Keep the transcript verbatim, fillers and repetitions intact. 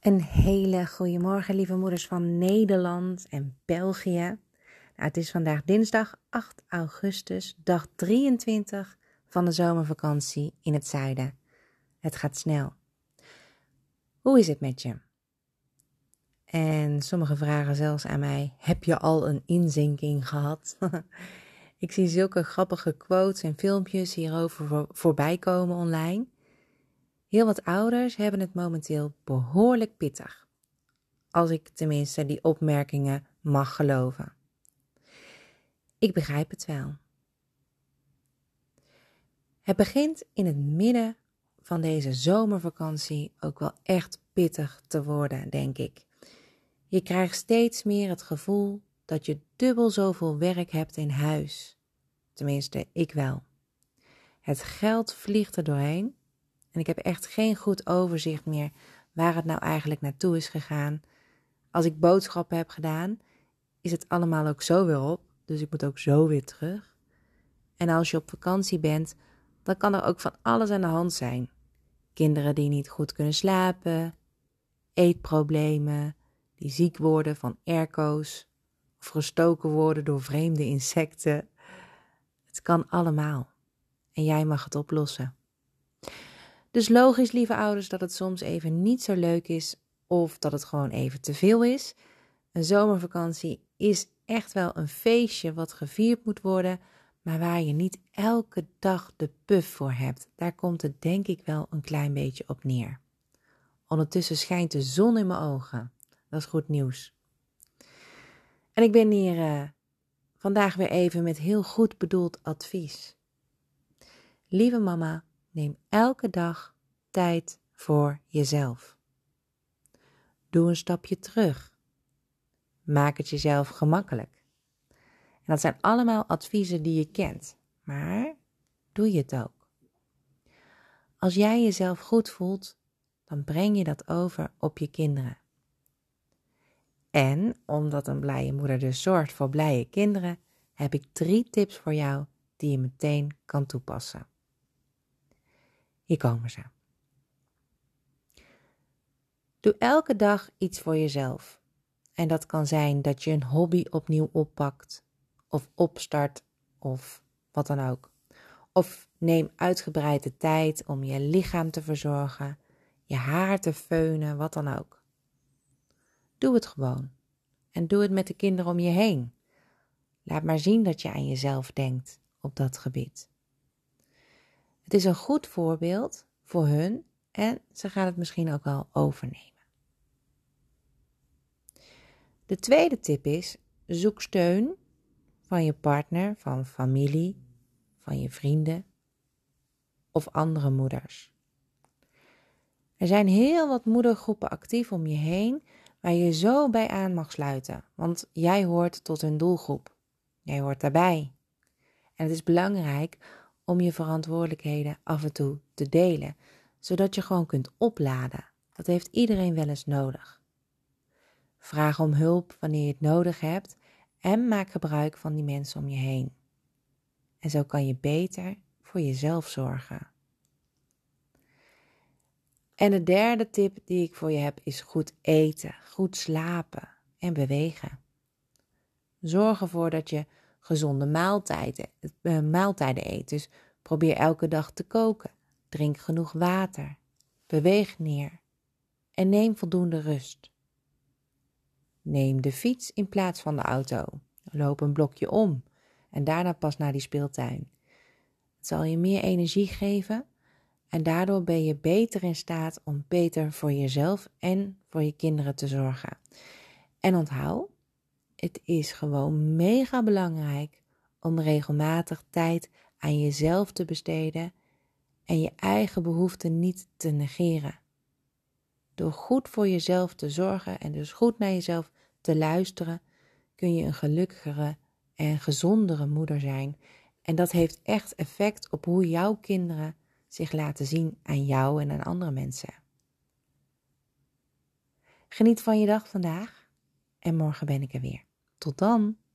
Een hele goede morgen, lieve moeders van Nederland en België. Nou, het is vandaag dinsdag acht augustus, dag drieëntwintig van de zomervakantie in het zuiden. Het gaat snel. Hoe is het met je? En sommigen vragen zelfs aan mij, heb je al een inzinking gehad? Ik zie zulke grappige quotes en filmpjes hierover voor, voorbij komen online. Heel wat ouders hebben het momenteel behoorlijk pittig. Als ik tenminste die opmerkingen mag geloven. Ik begrijp het wel. Het begint in het midden van deze zomervakantie ook wel echt pittig te worden, denk ik. Je krijgt steeds meer het gevoel dat je dubbel zoveel werk hebt in huis. Tenminste, ik wel. Het geld vliegt er doorheen en ik heb echt geen goed overzicht meer waar het nou eigenlijk naartoe is gegaan. Als ik boodschappen heb gedaan, is het allemaal ook zo weer op. Dus ik moet ook zo weer terug. En als je op vakantie bent, dan kan er ook van alles aan de hand zijn. Kinderen die niet goed kunnen slapen, eetproblemen, die ziek worden van airco's of gestoken worden door vreemde insecten. Het kan allemaal. En jij mag het oplossen. Dus logisch, lieve ouders, dat het soms even niet zo leuk is of dat het gewoon even te veel is. Een zomervakantie is echt wel een feestje wat gevierd moet worden, maar waar je niet elke dag de puf voor hebt. Daar komt het denk ik wel een klein beetje op neer. Ondertussen schijnt de zon in mijn ogen. Dat is goed nieuws. En ik ben hier uh, vandaag weer even met heel goed bedoeld advies. Lieve mama, neem elke dag tijd voor jezelf. Doe een stapje terug. Maak het jezelf gemakkelijk. En dat zijn allemaal adviezen die je kent. Maar doe je het ook? Als jij jezelf goed voelt, dan breng je dat over op je kinderen. En omdat een blije moeder dus zorgt voor blije kinderen, heb ik drie tips voor jou die je meteen kan toepassen. Hier komen ze. Doe elke dag iets voor jezelf. En dat kan zijn dat je een hobby opnieuw oppakt, of opstart, of wat dan ook. Of neem uitgebreid de tijd om je lichaam te verzorgen, je haar te feunen, wat dan ook. Doe het gewoon. En doe het met de kinderen om je heen. Laat maar zien dat je aan jezelf denkt op dat gebied. Het is een goed voorbeeld voor hun en ze gaan het misschien ook wel overnemen. De tweede tip is, zoek steun van je partner, van familie, van je vrienden of andere moeders. Er zijn heel wat moedergroepen actief om je heen waar je zo bij aan mag sluiten, want jij hoort tot hun doelgroep. Jij hoort daarbij. En het is belangrijk om je verantwoordelijkheden af en toe te delen, zodat je gewoon kunt opladen. Dat heeft iedereen wel eens nodig. Vraag om hulp wanneer je het nodig hebt en maak gebruik van die mensen om je heen. En zo kan je beter voor jezelf zorgen. En de derde tip die ik voor je heb is goed eten, goed slapen en bewegen. Zorg ervoor dat je gezonde maaltijden, uh, maaltijden eet. Dus probeer elke dag te koken. Drink genoeg water. Beweeg neer. En neem voldoende rust. Neem de fiets in plaats van de auto. Loop een blokje om. En daarna pas naar die speeltuin. Het zal je meer energie geven. En daardoor ben je beter in staat om beter voor jezelf en voor je kinderen te zorgen. En onthoud, het is gewoon mega belangrijk om regelmatig tijd aan jezelf te besteden en je eigen behoeften niet te negeren. Door goed voor jezelf te zorgen en dus goed naar jezelf te luisteren, kun je een gelukkigere en gezondere moeder zijn. En dat heeft echt effect op hoe jouw kinderen zich laten zien aan jou en aan andere mensen. Geniet van je dag vandaag en morgen ben ik er weer. Tot dan!